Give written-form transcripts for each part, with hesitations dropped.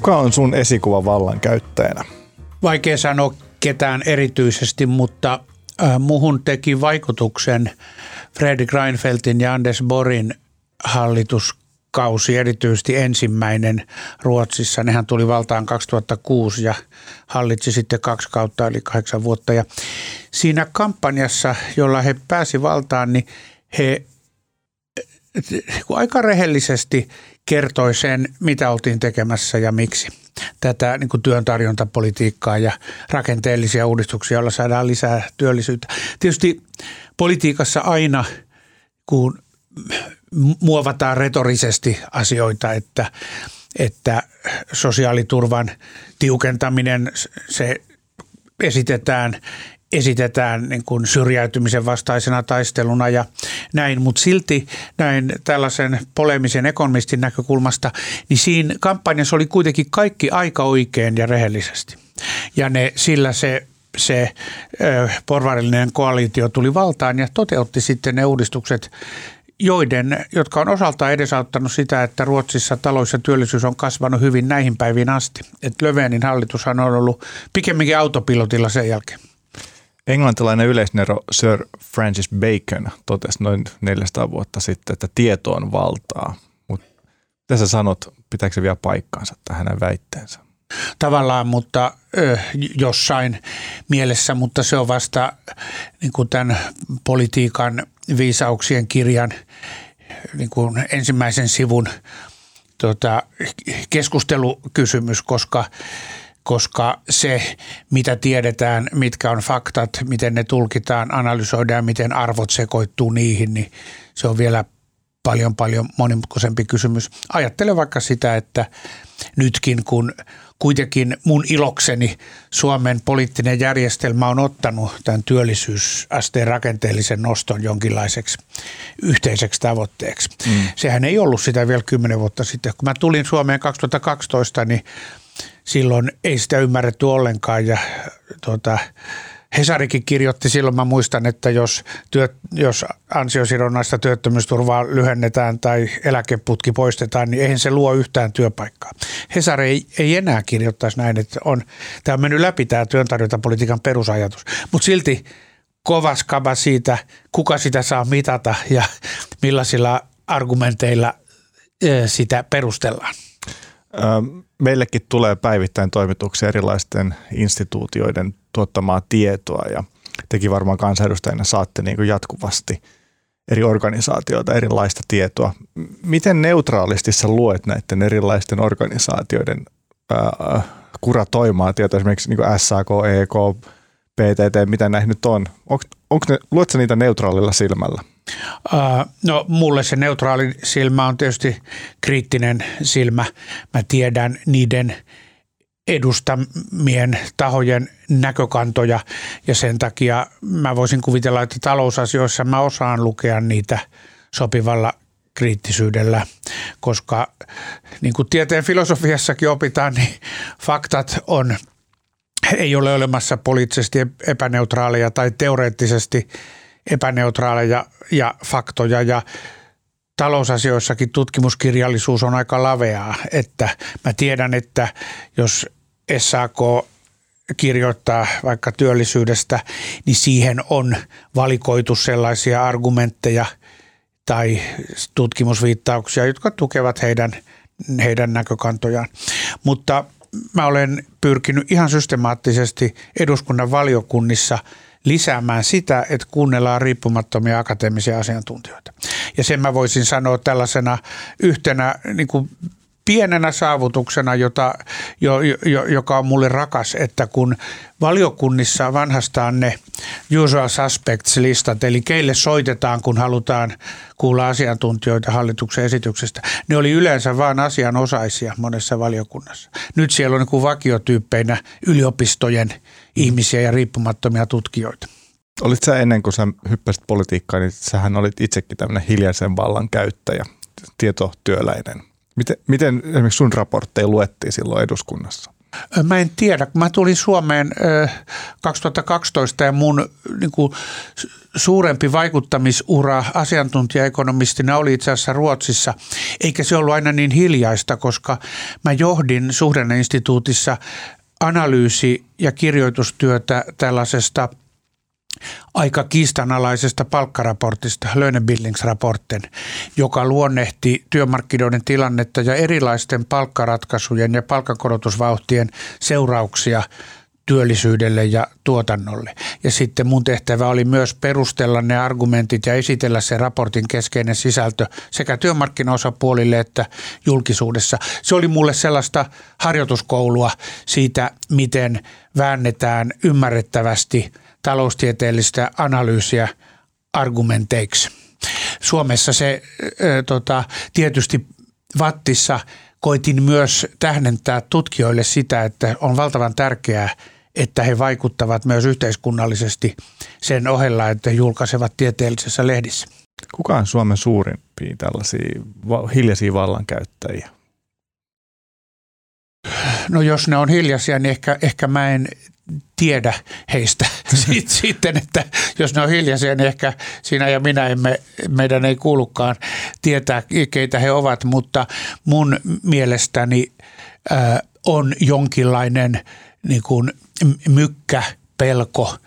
Kuka on sun esikuva vallankäyttäjänä? Vaikea sanoa ketään erityisesti, mutta muhun teki vaikutuksen Fredrik Reinfeldtin ja Anders Borgin hallituskausi, erityisesti ensimmäinen Ruotsissa. Nehän tuli valtaan 2006 ja hallitsi sitten 2 kautta eli 8 vuotta. Ja siinä kampanjassa, jolla he pääsi valtaan, niin he aika rehellisesti kertoi sen, mitä oltiin tekemässä ja miksi. Tätä niin kuin työntarjontapolitiikkaa ja rakenteellisia uudistuksia, joilla saadaan lisää työllisyyttä. Tietysti politiikassa aina, kun muovataan retorisesti asioita, että sosiaaliturvan tiukentaminen, se esitetään niin kuin syrjäytymisen vastaisena taisteluna ja näin, mutta silti näin tällaisen poleemisen ekonomistin näkökulmasta, niin siinä kampanjassa oli kuitenkin kaikki aika oikein ja rehellisesti. Ja sillä se porvarillinen koalitio tuli valtaan ja toteutti sitten ne uudistukset, jotka on osaltaan edesauttanut sitä, että Ruotsissa talous ja työllisyys on kasvanut hyvin näihin päiviin asti. Että Löfvenin hallitushan on ollut pikemminkin autopilotilla sen jälkeen. Englantilainen yleisnero Sir Francis Bacon totesi noin 400 vuotta sitten, että tieto on valtaa. Mutta mitä sä sanot, pitääkö se vielä paikkaansa tähän hänen väitteensä? Tavallaan, mutta jossain mielessä, mutta se on vasta niin kuin tämän politiikan viisauksien kirjan niin kuin ensimmäisen sivun keskustelukysymys, koska se, mitä tiedetään, mitkä on faktat, miten ne tulkitaan, analysoidaan, miten arvot sekoittuu niihin, niin se on vielä paljon monimutkaisempi kysymys. Ajattelen vaikka sitä, että nytkin kun kuitenkin mun ilokseni Suomen poliittinen järjestelmä on ottanut tämän työllisyysasteen rakenteellisen noston jonkinlaiseksi yhteiseksi tavoitteeksi. Sehän ei ollut sitä vielä 10 vuotta sitten. Kun mä tulin Suomeen 2012, niin silloin ei sitä ymmärretty ollenkaan ja Hesarikin kirjoitti silloin, mä muistan, että jos ansiosidonnaista työttömyysturvaa lyhennetään tai eläkeputki poistetaan, niin eihän se luo yhtään työpaikkaa. Hesari ei enää kirjoittaisi näin, että tämä on mennyt läpi tämä työntarjontapolitiikan perusajatus, mutta silti kova skaba siitä, kuka sitä saa mitata ja millaisilla argumenteilla sitä perustellaan. Meillekin tulee päivittäin toimituksia erilaisten instituutioiden tuottamaa tietoa ja tekin varmaan kansanedustajina saatte niin kuin jatkuvasti eri organisaatioita erilaista tietoa. Miten neutraalisti sä luet näiden erilaisten organisaatioiden kuratoimaa tietoa, esimerkiksi niin kuin SAK, EK, PTT, mitä näihin nyt on? Luet sä niitä neutraalilla silmällä? No mulle se neutraali silmä on tietysti kriittinen silmä. Mä tiedän niiden edustamien tahojen näkökantoja ja sen takia mä voisin kuvitella, että talousasioissa mä osaan lukea niitä sopivalla kriittisyydellä, koska niin kuin tieteen filosofiassakin opitaan, niin faktat ei ole olemassa poliittisesti epäneutraaleja tai teoreettisesti epäneutraaleja ja faktoja ja talousasioissakin tutkimuskirjallisuus on aika laveaa, että mä tiedän, että jos SAK kirjoittaa vaikka työllisyydestä, niin siihen on valikoitu sellaisia argumentteja tai tutkimusviittauksia, jotka tukevat heidän näkökantojaan. Mutta mä olen pyrkinyt ihan systemaattisesti eduskunnan valiokunnissa lisäämään sitä, että kuunnellaan riippumattomia akateemisia asiantuntijoita. Ja sen mä voisin sanoa tällaisena yhtenä niin kuin pienenä saavutuksena, joka on mulle rakas, että kun valiokunnissa vanhastaan ne usual suspects-listat, eli keille soitetaan, kun halutaan kuulla asiantuntijoita hallituksen esityksestä, ne oli yleensä vain asianosaisia monessa valiokunnassa. Nyt siellä on niin kuin vakiotyyppeinä yliopistojen ihmisiä ja riippumattomia tutkijoita. Olit sä ennen kuin sä hyppäsit politiikkaan, niin sähän olit itsekin tämmöinen hiljaisen vallan käyttäjä, tietotyöläinen. Miten esimerkiksi sun raportteja luettiin silloin eduskunnassa? Mä en tiedä. Mä tulin Suomeen 2012 ja mun niin kuin, suurempi vaikuttamisura asiantuntijaekonomistina oli itse asiassa Ruotsissa, eikä se ollut aina niin hiljaista, koska mä johdin Suhdanneinstituutissa analyysi- ja kirjoitustyötä tällaisesta aika kiistanalaisesta palkkaraportista, Lönebildningsrapporten, joka luonnehti työmarkkinoiden tilannetta ja erilaisten palkkaratkaisujen ja palkankorotusvauhtien seurauksia työllisyydelle ja tuotannolle. Ja sitten mun tehtävä oli myös perustella ne argumentit ja esitellä se raportin keskeinen sisältö sekä työmarkkinaosapuolille että julkisuudessa. Se oli mulle sellaista harjoituskoulua siitä, miten väännetään ymmärrettävästi taloustieteellistä analyysiä argumenteiksi. Suomessa se tietysti Vattissa koitin myös tähdentää tutkijoille sitä, että on valtavan tärkeää, että he vaikuttavat myös yhteiskunnallisesti sen ohella, että he julkaisevat tieteellisissä lehdissä. Kuka on Suomen suurimpia tällaisia hiljaisia vallankäyttäjiä? No jos ne on hiljaisia, niin ehkä mä en tiedä heistä sitten, että jos ne on hiljaisia, niin ehkä sinä ja minä meidän ei kuulukaan tietää, keitä he ovat, mutta mun mielestäni on jonkinlainen niin kuin mykkäpelko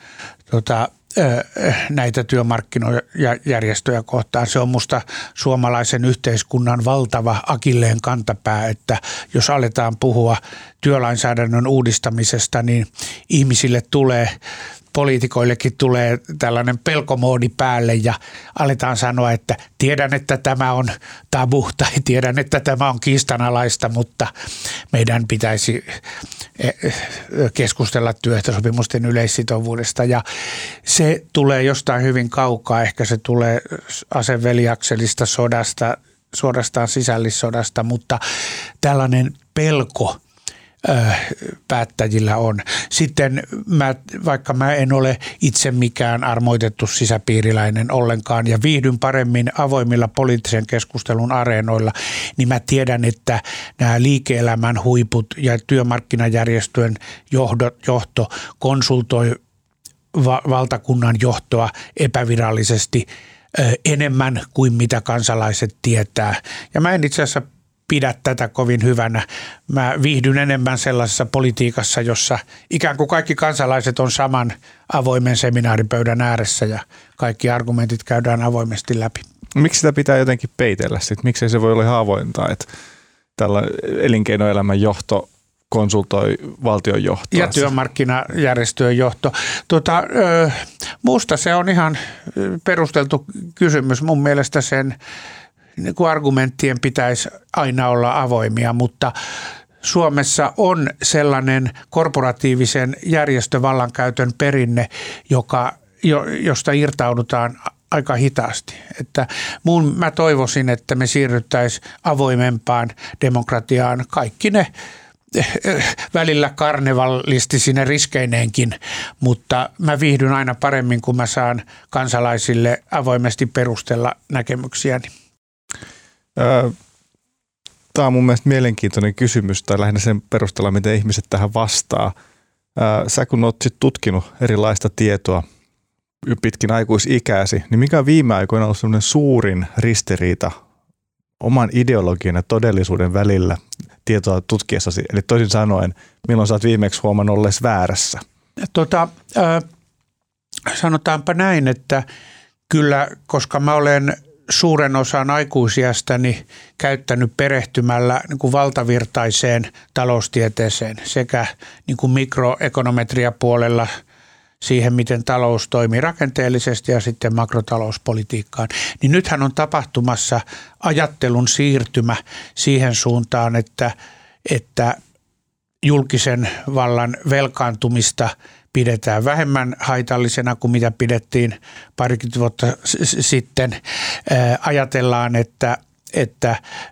näitä työmarkkinajärjestöjä kohtaan. Se on musta suomalaisen yhteiskunnan valtava akilleen kantapää, että jos aletaan puhua työlainsäädännön uudistamisesta, niin ihmisille poliitikoillekin tulee tällainen pelkomoodi päälle ja aletaan sanoa, että tiedän, että tämä on tabu tai tiedän, että tämä on kiistanalaista, mutta meidän pitäisi keskustella työehtosopimusten yleissitovuudesta ja se tulee jostain hyvin kaukaa. Ehkä se tulee aseveliakselista sodasta, suorastaan sisällissodasta, mutta tällainen pelko päättäjillä on. Sitten vaikka mä en ole itse mikään armoitettu sisäpiiriläinen ollenkaan ja viihdyn paremmin avoimilla poliittisen keskustelun areenoilla, niin mä tiedän, että nämä liike-elämän huiput ja työmarkkinajärjestöjen johto konsultoi valtakunnan johtoa epävirallisesti enemmän kuin mitä kansalaiset tietää. Ja mä en itse asiassa pidä tätä kovin hyvänä. Mä viihdyn enemmän sellaisessa politiikassa, jossa ikään kuin kaikki kansalaiset on saman avoimen seminaaripöydän ääressä ja kaikki argumentit käydään avoimesti läpi. Miksi sitä pitää jotenkin peitellä sitten? Miksei se voi olla ihan avointa, että tällä elinkeinoelämän johto konsultoi valtion johtoa? Ja työmarkkinajärjestöjen johto. Musta se on ihan perusteltu kysymys. Mun mielestä sen niin kuin argumenttien pitäisi aina olla avoimia, mutta Suomessa on sellainen korporatiivisen järjestövallankäytön perinne, josta irtaudutaan aika hitaasti. Että mä toivoisin, että me siirryttäisiin avoimempaan demokratiaan kaikki ne välillä karnevalistisine riskeineenkin, mutta mä viihdyn aina paremmin, kun mä saan kansalaisille avoimesti perustella näkemyksiäni. Tämä on mun mielestä mielenkiintoinen kysymys, tai lähinnä sen perusteella, miten ihmiset tähän vastaa. Sä kun oot sit tutkinut erilaista tietoa pitkin aikuisikäsi, niin mikä on viime aikoina ollut sellainen suurin ristiriita oman ideologian ja todellisuuden välillä tietoa tutkiessasi? Eli toisin sanoen, milloin sä oot viimeksi huomannut olleesi väärässä? Sanotaanpa näin, että kyllä, koska mä olen suuren osan aikuisiästäni käyttänyt perehtymällä niin kuin valtavirtaiseen taloustieteeseen sekä niin kuin mikroekonometriapuolella siihen, miten talous toimii rakenteellisesti ja sitten makrotalouspolitiikkaan. Niin nythän on tapahtumassa ajattelun siirtymä siihen suuntaan, että julkisen vallan velkaantumista pidetään vähemmän haitallisena kuin mitä pidettiin parikymmentä vuotta sitten. Ajatellaan, että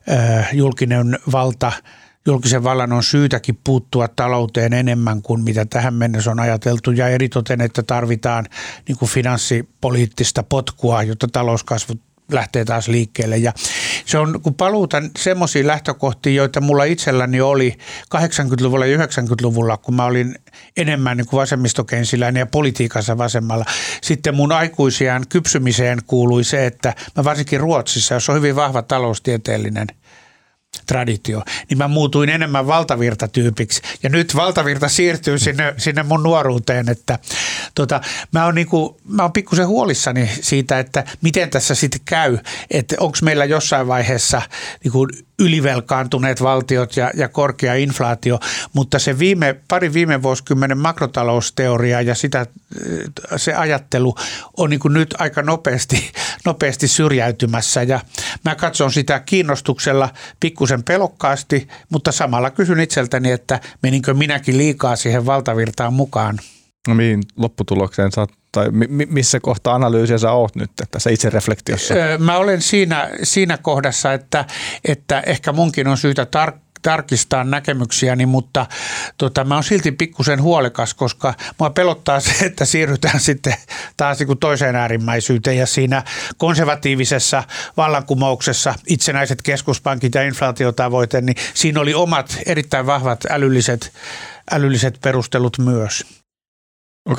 julkisen vallan on syytäkin puuttua talouteen enemmän kuin mitä tähän mennessä on ajateltu ja eritoten, että tarvitaan niin kuin finanssipoliittista potkua, jotta talouskasvu lähtee taas liikkeelle. Ja Se on, kun paluutan semmoisiin lähtökohtiin, joita mulla itselläni oli 80-luvulla ja 90-luvulla, kun mä olin enemmän niin kuin vasemmistokensiläinen ja politiikassa vasemmalla. Sitten mun aikuisiän kypsymiseen kuului se, että mä varsinkin Ruotsissa, jossa on hyvin vahva taloustieteellinen traditio, niin mä muutuin enemmän valtavirtatyypiksi. Ja nyt valtavirta siirtyy sinne mun nuoruuteen, että mä oon pikkusen huolissani siitä, että miten tässä sitten käy, että onko meillä jossain vaiheessa niin kuin ylivelkaantuneet valtiot ja korkea inflaatio, mutta se pari viime vuosikymmenen makrotalousteoria ja se ajattelu on niin kuin nyt aika nopeasti syrjäytymässä ja mä katson sitä kiinnostuksella pikkusen pelokkaasti, mutta samalla kysyn itseltäni, että meninkö minäkin liikaa siihen valtavirtaan mukaan. No mihin lopputulokseen sä tai missä kohtaa analyysiä sä oot nyt tässä itsereflektiossa? Mä olen siinä kohdassa, että ehkä munkin on syytä tarkistaa näkemyksiäni, mutta mä oon silti pikkusen huolekas, koska mua pelottaa se, että siirrytään sitten taas niin kuin toiseen äärimmäisyyteen ja siinä konservatiivisessa vallankumouksessa itsenäiset keskuspankit ja inflaatiotavoite, niin siinä oli omat erittäin vahvat älylliset perustelut myös. Onko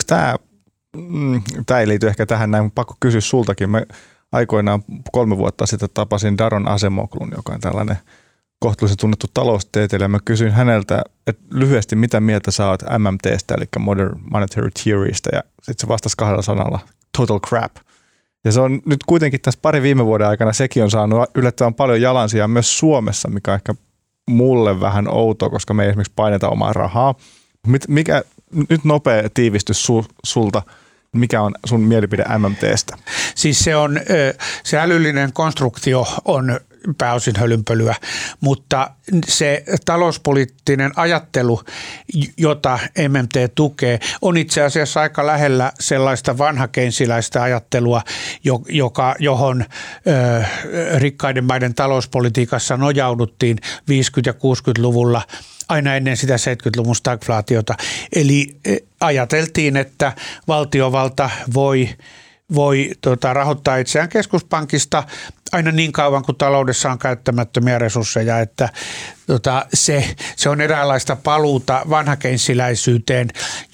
tämä ei liity ehkä tähän näin, mutta pakko kysyä sultakin. Mä aikoinaan 3 vuotta sitten tapasin Daron Acemoglun, joka on tällainen kohtuullisen tunnettu taloustieteilijä. Mä kysyin häneltä, että lyhyesti mitä mieltä sä oot MMTstä, eli Modern Monetary Theorystä, ja sitten se vastasi 2 sanalla, total crap. Ja se on nyt kuitenkin tässä pari viime vuoden aikana, sekin on saanut yllättävän paljon jalansijaa myös Suomessa, mikä on ehkä mulle vähän outoa, koska me ei esimerkiksi paineta omaa rahaa. Mikä nyt nopea tiivistys sulta, mikä on sun mielipide MMTstä? Siis se älyllinen konstruktio on pääosin hölynpölyä, mutta se talouspoliittinen ajattelu, jota MMT tukee, on itse asiassa aika lähellä sellaista vanhakeynesiläistä ajattelua, johon rikkaiden maiden talouspolitiikassa nojauduttiin 50- ja 60-luvulla aina ennen sitä 70-luvun stagflaatiota. Eli ajateltiin, että valtiovalta voi rahoittaa itseään keskuspankista aina niin kauan, kun taloudessa on käyttämättömiä resursseja, että se on eräänlaista paluuta vanhakeynesiläisyyteen,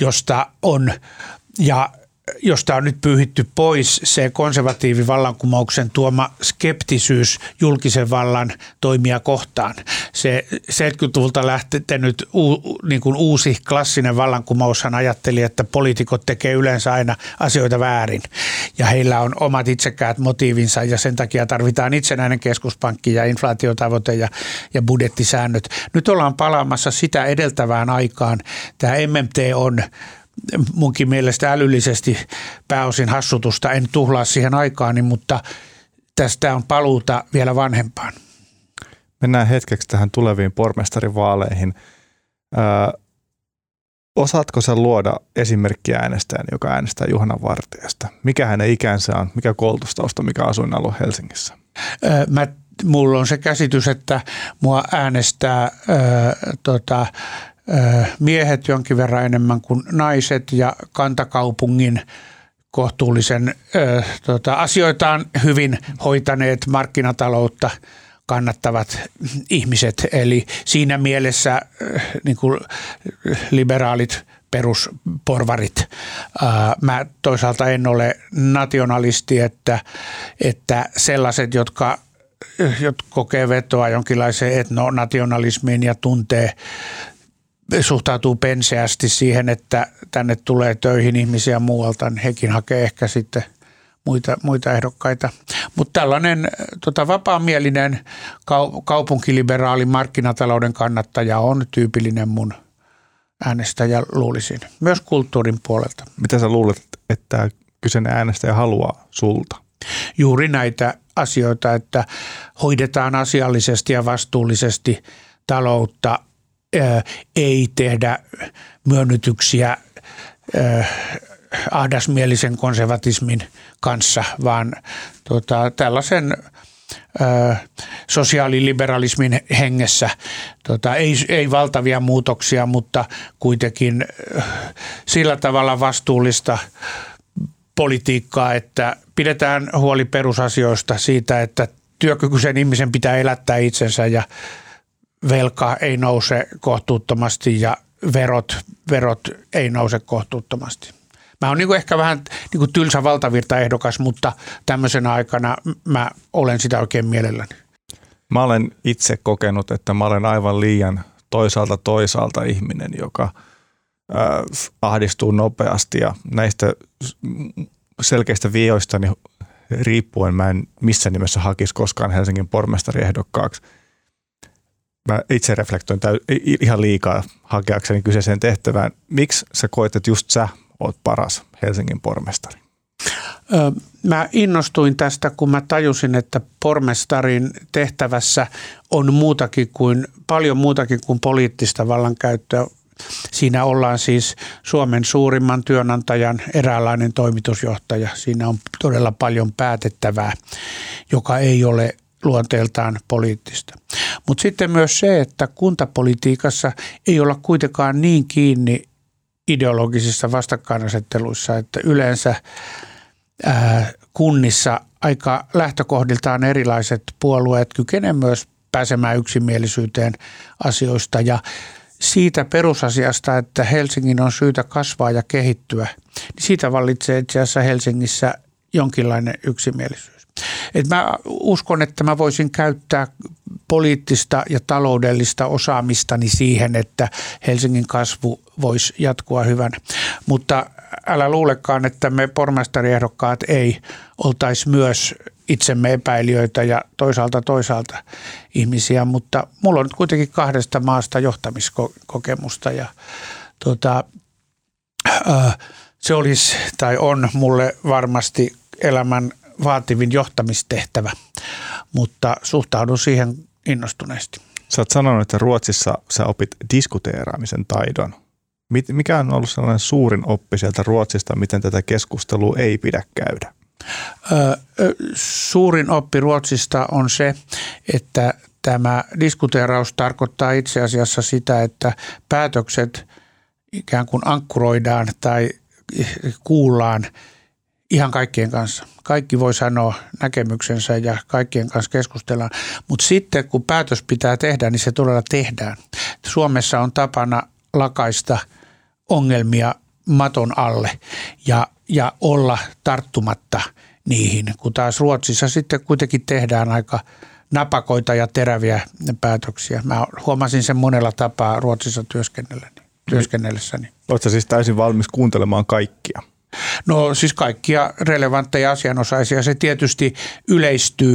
josta on nyt pyyhitty pois se konservatiivivallankumouksen tuoma skeptisyys julkisen vallan toimia kohtaan. Se 70-luvulta lähtenyt niin kuin uusi klassinen vallankumoushan ajatteli, että poliitikot tekee yleensä aina asioita väärin ja heillä on omat itsekäät motiivinsa ja sen takia tarvitaan itsenäinen keskuspankki ja inflaatiotavoite ja budjettisäännöt. Nyt ollaan palaamassa sitä edeltävään aikaan. Tämä MMT on munkin mielestä älyllisesti pääosin hassutusta, en tuhlaa siihen aikaani, mutta tästä on paluuta vielä vanhempaan. Mennään hetkeksi tähän tuleviin pormestarivaaleihin. Osaatko sä luoda esimerkkiä äänestäjän, joka äänestää Juhana Vartiasta? Mikä hänen ikänsä on, mikä koulutustausta, mikä asuinalue Helsingissä? Mulla on se käsitys, että mua äänestää miehet jonkin verran enemmän kuin naiset ja kantakaupungin kohtuullisen asioitaan hyvin hoitaneet markkinataloutta kannattavat ihmiset. Eli siinä mielessä niin kuin liberaalit perusporvarit. Mä toisaalta en ole nationalisti, että sellaiset, jotka kokee vetoa jonkinlaiseen etnonationalismiin ja suhtautuu penseästi siihen, että tänne tulee töihin ihmisiä muualta, niin hekin hakee ehkä sitten muita ehdokkaita. Mutta tällainen vapaamielinen kaupunkiliberaali markkinatalouden kannattaja on tyypillinen mun äänestäjä, luulisin. Myös kulttuurin puolelta. Mitä sä luulet, että kyseinen äänestäjä haluaa sulta? Juuri näitä asioita, että hoidetaan asiallisesti ja vastuullisesti taloutta, ei tehdä myönnytyksiä ahdasmielisen konservatismin kanssa, vaan tällaisen sosiaaliliberalismin hengessä. Ei valtavia muutoksia, mutta kuitenkin sillä tavalla vastuullista politiikkaa, että pidetään huoli perusasioista siitä, että työkykyisen ihmisen pitää elättää itsensä ja velka ei nouse kohtuuttomasti ja verot ei nouse kohtuuttomasti. Mä oon niin ehkä vähän niin tylsä valtavirtaehdokas, mutta tämmöisenä aikana mä olen sitä oikein mielelläni. Mä olen itse kokenut, että mä olen aivan liian toisaalta ihminen, joka ahdistuu nopeasti ja näistä selkeistä vioistani riippuen mä en missään nimessä hakisi koskaan Helsingin pormestariehdokkaaksi. Mä itse reflektoin ihan liikaa hakeakseni kyseiseen tehtävään. Miksi sä koet, että just sä oot paras Helsingin pormestari? Mä innostuin tästä, kun mä tajusin, että pormestarin tehtävässä on paljon muutakin kuin poliittista vallankäyttöä. Siinä ollaan siis Suomen suurimman työnantajan eräänlainen toimitusjohtaja. Siinä on todella paljon päätettävää, joka ei ole luonteeltaan poliittista. Mutta sitten myös se, että kuntapolitiikassa ei olla kuitenkaan niin kiinni ideologisissa vastakkainasetteluissa, että yleensä kunnissa aika lähtökohdiltaan erilaiset puolueet kykenevät myös pääsemään yksimielisyyteen asioista ja siitä perusasiasta, että Helsingin on syytä kasvaa ja kehittyä, niin siitä vallitsee itse asiassa Helsingissä jonkinlainen yksimielisyys. Et mä uskon, että mä voisin käyttää poliittista ja taloudellista osaamistani siihen, että Helsingin kasvu voisi jatkua hyvänä. Mutta älä luulekaan, että me pormestariehdokkaat ei oltaisi myös itsemme epäilijöitä ja toisaalta ihmisiä, mutta mulla on nyt kuitenkin 2 maasta johtamiskokemusta ja se olisi tai on mulle varmasti elämän vaativin johtamistehtävä, mutta suhtaudun siihen innostuneesti. Sä oot sanonut, että Ruotsissa sä opit diskuteeraamisen taidon. Mikä on ollut sellainen suurin oppi sieltä Ruotsista, miten tätä keskustelua ei pidä käydä? Suurin oppi Ruotsista on se, että tämä diskuteeraus tarkoittaa itse asiassa sitä, että päätökset ikään kuin ankkuroidaan tai kuullaan ihan kaikkien kanssa. Kaikki voi sanoa näkemyksensä ja kaikkien kanssa keskustellaan, mutta sitten kun päätös pitää tehdä, niin se todella tehdään. Suomessa on tapana lakaista ongelmia maton alle ja olla tarttumatta niihin, kun taas Ruotsissa sitten kuitenkin tehdään aika napakoita ja teräviä päätöksiä. Mä huomasin sen monella tapaa Ruotsissa työskennellessäni. Oletko siis täysin valmis kuuntelemaan kaikkia? No siis kaikkia relevantteja asianosaisia. Se tietysti yleistyy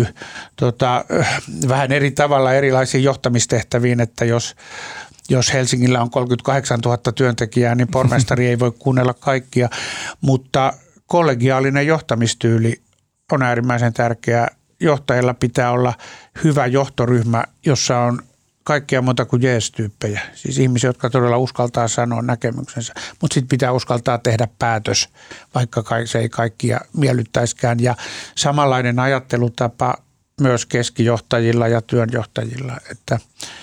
vähän eri tavalla erilaisiin johtamistehtäviin, että jos Helsingillä on 38 000 työntekijää, niin pormestari ei voi kuunnella kaikkia, mutta kollegiaalinen johtamistyyli on äärimmäisen tärkeää. Johtajalla pitää olla hyvä johtoryhmä, jossa on kaikkea muuta kuin jees-tyyppejä. Siis ihmisiä, jotka todella uskaltaa sanoa näkemyksensä, mutta sitten pitää uskaltaa tehdä päätös, vaikka se ei kaikkia miellyttäisikään. Ja samanlainen ajattelutapa myös keskijohtajilla ja työnjohtajilla, että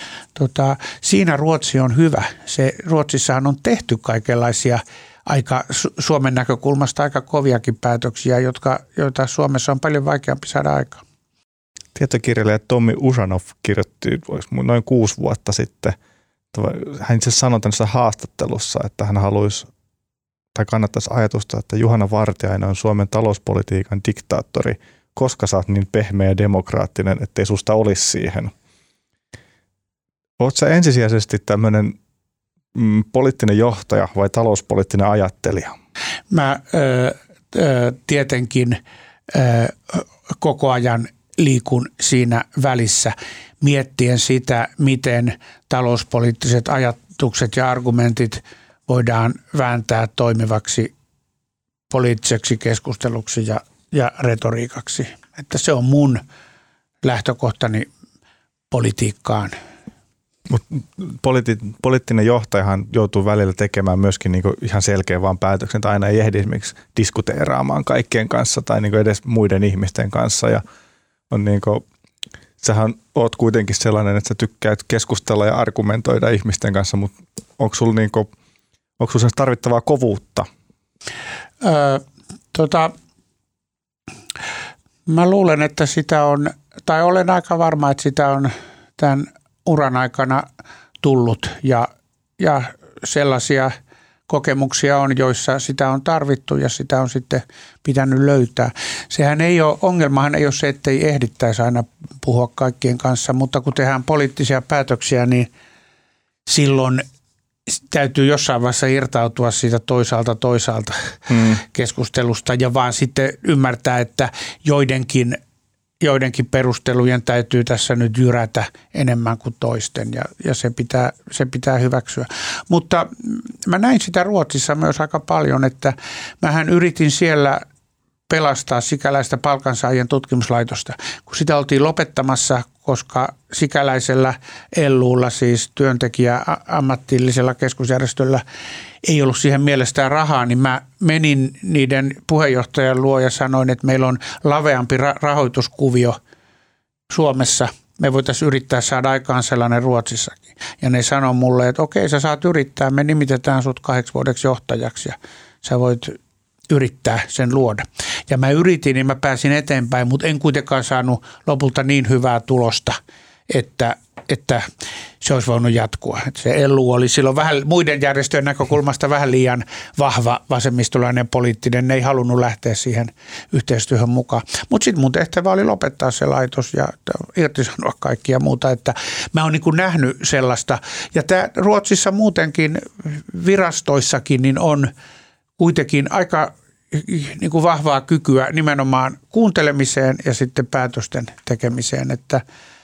siinä Ruotsi on hyvä. Ruotsissahan on tehty kaikenlaisia Suomen näkökulmasta aika koviakin päätöksiä, joita Suomessa on paljon vaikeampi saada aikaan. Tietokirjailija Tommi Usanov kirjoitti noin 6 vuotta sitten. Hän itse sanoi tämmöisessä haastattelussa, että hän haluaisi tai kannattaisi ajatusta, että Juhana Vartiainen on Suomen talouspolitiikan diktaattori, koska sä oot niin pehmeä ja demokraattinen, ettei susta olisi siihen. Oletko sä ensisijaisesti tämmöinen poliittinen johtaja vai talouspoliittinen ajattelija? Mä tietenkin koko ajan liikun siinä välissä miettien sitä, miten talouspoliittiset ajatukset ja argumentit voidaan vääntää toimivaksi poliittiseksi keskusteluksi ja retoriikaksi. Että se on mun lähtökohtani politiikkaan. Mutta poliittinen johtajahan joutuu välillä tekemään myöskin niinku ihan selkeä vaan päätöksen, tai aina ei ehdi esimerkiksi diskuteeraamaan kaikkien kanssa tai niinku edes muiden ihmisten kanssa. Ja on niinku, sähän oot kuitenkin sellainen, että sä tykkäät keskustella ja argumentoida ihmisten kanssa, mutta onko sulla niinku, tarvittavaa kovuutta? Mä luulen, että sitä on olen aika varma, että sitä on tämän uran aikana tullut ja sellaisia kokemuksia on, joissa sitä on tarvittu ja sitä on sitten pitänyt löytää. Ongelmahan ei ole se, että ei ehdittäisi aina puhua kaikkien kanssa, mutta kun tehdään poliittisia päätöksiä, niin silloin täytyy jossain vaiheessa irtautua siitä toisaalta keskustelusta ja vaan sitten ymmärtää, että joidenkin perustelujen täytyy tässä nyt jyrätä enemmän kuin toisten ja se pitää hyväksyä. Mutta mä näin sitä Ruotsissa myös aika paljon, että mähän yritin siellä pelastaa sikäläistä palkansaajien tutkimuslaitosta, kun sitä oltiin lopettamassa, koska sikäläisellä LU:lla, siis työntekijä-ammatillisella keskusjärjestöllä, ei ollut siihen mielestään rahaa, niin mä menin niiden puheenjohtajan luo ja sanoin, että meillä on laveampi rahoituskuvio Suomessa. Me voitaisiin yrittää saada aikaan sellainen Ruotsissakin. Ja ne sanoi mulle, että okei, sä saat yrittää, me nimitetään sut 8 vuodeksi johtajaksi ja sä voit yrittää sen luoda. Ja mä yritin, niin mä pääsin eteenpäin, mutta en kuitenkaan saanut lopulta niin hyvää tulosta, että se olisi voinut jatkua. Että se LU oli silloin vähän muiden järjestöjen näkökulmasta vähän liian vahva vasemmistolainen poliittinen. Ne ei halunnut lähteä siihen yhteistyöhön mukaan. Mutta sitten mun tehtävä oli lopettaa se laitos ja irtisanoa kaikkia muuta. Että mä oon niin kuin nähnyt sellaista. Ja tämä Ruotsissa muutenkin virastoissakin niin on kuitenkin aika niin kuin vahvaa kykyä nimenomaan kuuntelemiseen ja sitten päätösten tekemiseen, että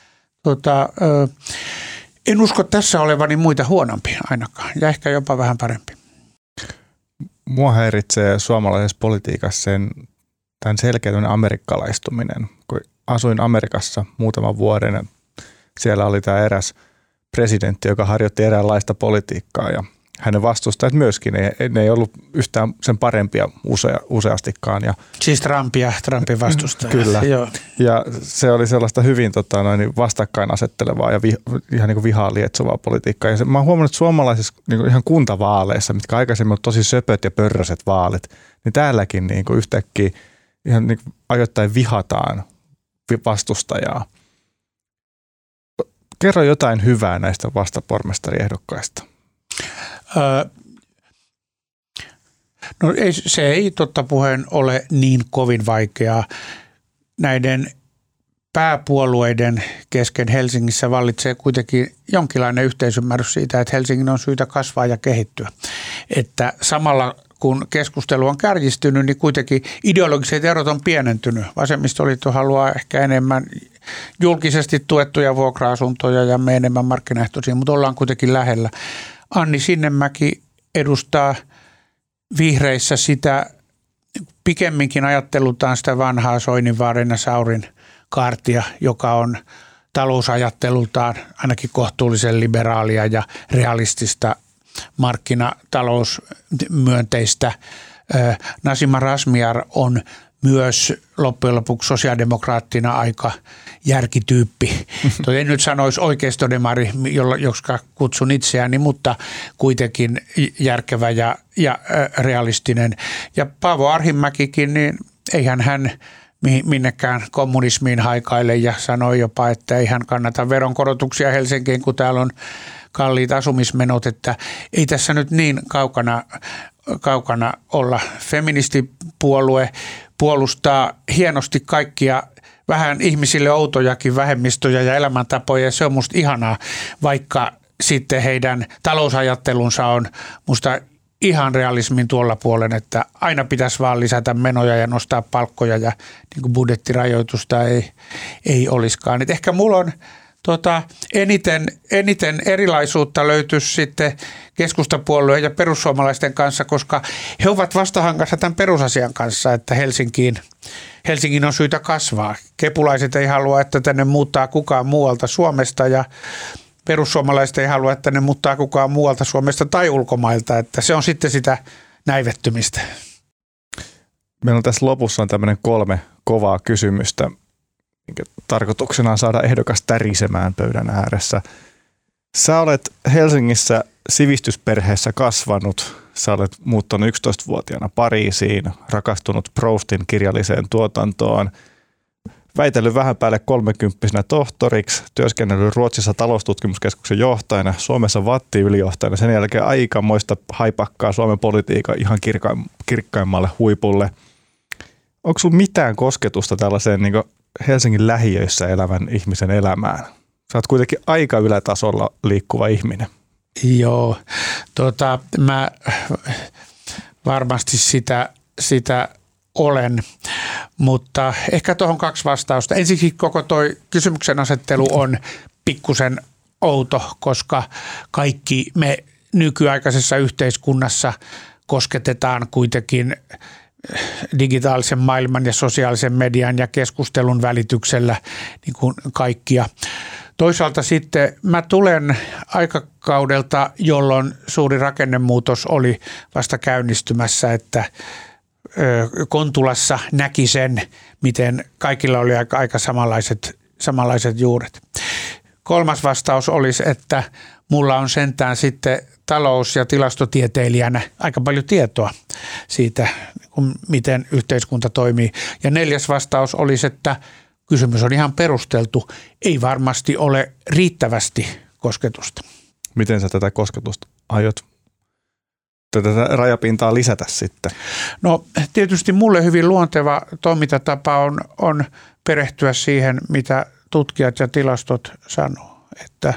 en usko tässä olevani muita huonompia ainakaan ja ehkä jopa vähän parempi. Mua häiritsee suomalaisessa politiikassa tämän selkeä amerikkalaistuminen. Kun asuin Amerikassa muutaman vuoden, siellä oli tämä eräs presidentti, joka harjoitti eräänlaista politiikkaa ja hänen vastustajat myöskin, ne ei ollut yhtään sen parempia useastikaan. Ja siis Trumpin vastustajat. Kyllä, joo. Ja se oli sellaista hyvin vastakkainasettelevaa ja ihan niin kuin vihaa lietsovaa politiikkaa. Ja mä oon huomannut, että suomalaisissa niin kuin ihan kuntavaaleissa, mitkä aikaisemmin on tosi söpöt ja pörröiset vaalit, niin täälläkin niin kuin yhtäkkiä ihan niin kuin ajoittain vihataan vastustajaa. Kerro jotain hyvää näistä vastapormestariehdokkaista. No se ei totta puheen ole niin kovin vaikeaa. Näiden pääpuolueiden kesken Helsingissä vallitsee kuitenkin jonkinlainen yhteisymmärrys siitä, että Helsingin on syytä kasvaa ja kehittyä. Että samalla kun keskustelu on kärjistynyt, niin kuitenkin ideologiset erot on pienentynyt. Vasemmistoliitto haluaa ehkä enemmän julkisesti tuettuja vuokra-asuntoja ja me enemmän markkinaehtoisia, mutta ollaan kuitenkin lähellä. Anni Sinnemäki edustaa vihreissä sitä, pikemminkin ajattelutaan sitä vanhaa Soininvaaren ja Saurin kaartia, joka on talousajattelultaan ainakin kohtuullisen liberaalia ja realistista markkinatalousmyönteistä. Nasima Razmyar on myös loppujen lopuksi sosiaalidemokraattina aika järkityyppi. En nyt sanoisi oikeistodemari, jotka kutsun itseäni, mutta kuitenkin järkevä ja realistinen. Ja Paavo Arhimäkikin, niin eihän hän minnekään kommunismiin haikaile ja sanoi jopa, että ei hän kannata veronkorotuksia Helsinkiin, kun täällä on kalliit asumismenot, että ei tässä nyt niin kaukana olla. Feministipuolue puolustaa hienosti kaikkia vähän ihmisille outojakin vähemmistöjä ja elämäntapoja ja se on musta ihanaa, vaikka sitten heidän talousajattelunsa on musta ihan realismin tuolla puolen, että aina pitäisi vaan lisätä menoja ja nostaa palkkoja ja niin kuin budjettirajoitusta ei olisikaan. Et ehkä mulla on eniten erilaisuutta löytyisi sitten keskustapuolueen ja perussuomalaisten kanssa, koska he ovat vastahangassa tämän perusasian kanssa, että Helsingin on syytä kasvaa. Kepulaiset ei halua, että tänne muuttaa kukaan muualta Suomesta ja perussuomalaiset ei halua, että ne muuttaa kukaan muualta Suomesta tai ulkomailta, että se on sitten sitä näivettymistä. Meillä on tässä lopussa tämmöinen 3 kovaa kysymystä, minkä tarkoituksena on saada ehdokas tärisemään pöydän ääressä. Sä olet Helsingissä sivistysperheessä kasvanut, sä olet muuttanut 11-vuotiaana Pariisiin, rakastunut Proustin kirjalliseen tuotantoon, Väitellyt vähän päälle 30-vuotiaana tohtoriksi, työskennellyt Ruotsissa taloustutkimuskeskuksen johtajana, Suomessa VATT-ylijohtajana, sen jälkeen aikamoista haipakkaa Suomen politiikan ihan kirkkaimmalle huipulle. Onko sulla mitään kosketusta tällaiseen niin kuin Helsingin lähiöissä elävän ihmisen elämään? Sä oot kuitenkin aika ylätasolla liikkuva ihminen. Joo, mä varmasti sitä olen, mutta ehkä tuohon 2 vastausta. Ensinnäkin koko toi kysymyksen asettelu on pikkusen outo, koska kaikki me nykyaikaisessa yhteiskunnassa kosketetaan kuitenkin digitaalisen maailman ja sosiaalisen median ja keskustelun välityksellä niin kuin kaikkia. Toisaalta sitten mä tulen aikakaudelta, jolloin suuri rakennemuutos oli vasta käynnistymässä, että Kontulassa näki sen, miten kaikilla oli aika samanlaiset juuret. 3. vastaus olisi, että mulla on sentään sitten talous- ja tilastotieteilijänä aika paljon tietoa siitä, miten yhteiskunta toimii. Ja 4. vastaus olisi, että kysymys on ihan perusteltu. Ei varmasti ole riittävästi kosketusta. Miten sä tätä kosketusta aiot tätä rajapintaa lisätä sitten? No tietysti mulle hyvin luonteva toimintatapa on perehtyä siihen, mitä tutkijat ja tilastot sanoo. Että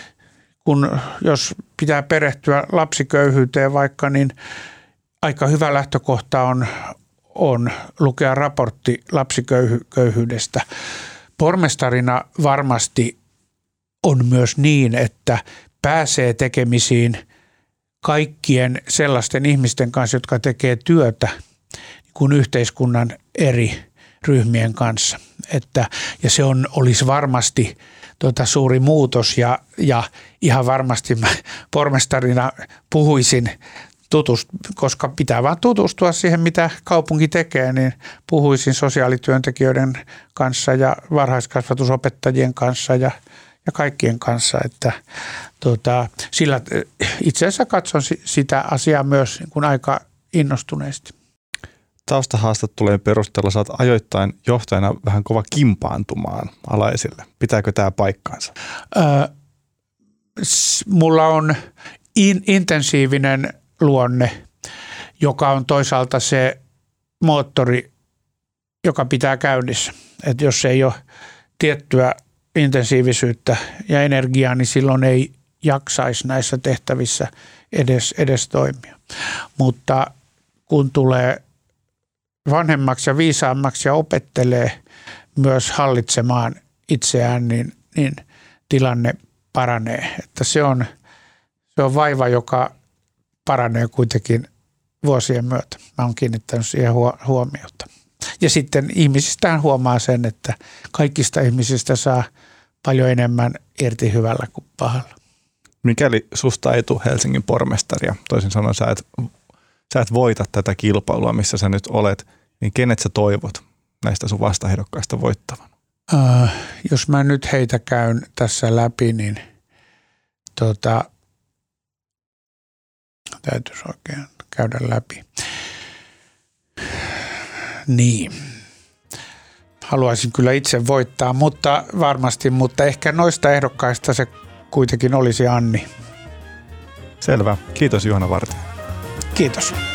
jos pitää perehtyä lapsiköyhyyteen vaikka, niin aika hyvä lähtökohta on lukea raportti lapsiköyhyydestä. Pormestarina varmasti on myös niin, että pääsee tekemisiin kaikkien sellaisten ihmisten kanssa, jotka tekee työtä kuin yhteiskunnan eri ryhmien kanssa. Ja se olisi varmasti suuri muutos ja ihan varmasti mä pormestarina puhuisin, koska pitää vaan tutustua siihen, mitä kaupunki tekee, niin puhuisin sosiaalityöntekijöiden kanssa ja varhaiskasvatusopettajien kanssa ja kaikkien kanssa, että sillä itse asiassa katson sitä asiaa myös niin kuin aika innostuneesti. Taustahaastattelujen perusteella saat ajoittain johtajana vähän kova kimpaantumaan alaisille. Pitääkö tämä paikkaansa? Mulla on intensiivinen luonne, joka on toisaalta se moottori, joka pitää käynnissä. Että jos ei ole tiettyä intensiivisyyttä ja energiaa, niin silloin ei jaksaisi näissä tehtävissä edes toimia. Mutta kun tulee vanhemmaksi ja viisaammaksi ja opettelee myös hallitsemaan itseään, niin tilanne paranee. Että se on vaiva, joka paranee kuitenkin vuosien myötä. Mä oon kiinnittänyt siihen huomiota. Ja sitten ihmisistähän huomaa sen, että kaikista ihmisistä saa paljon enemmän irti hyvällä kuin pahalla. Mikäli susta ei tule Helsingin pormestaria, toisin sanoen sä et voita tätä kilpailua, missä sä nyt olet, niin kenet sä toivot näistä sun vastaehdokkaista voittavan? Jos mä nyt heitä käyn tässä läpi, niin täytyisi oikein käydä läpi. Niin. Haluaisin kyllä itse voittaa, mutta ehkä noista ehdokkaista se kuitenkin olisi Anni. Selvä. Kiitos Juhana Vartija. Kiitos.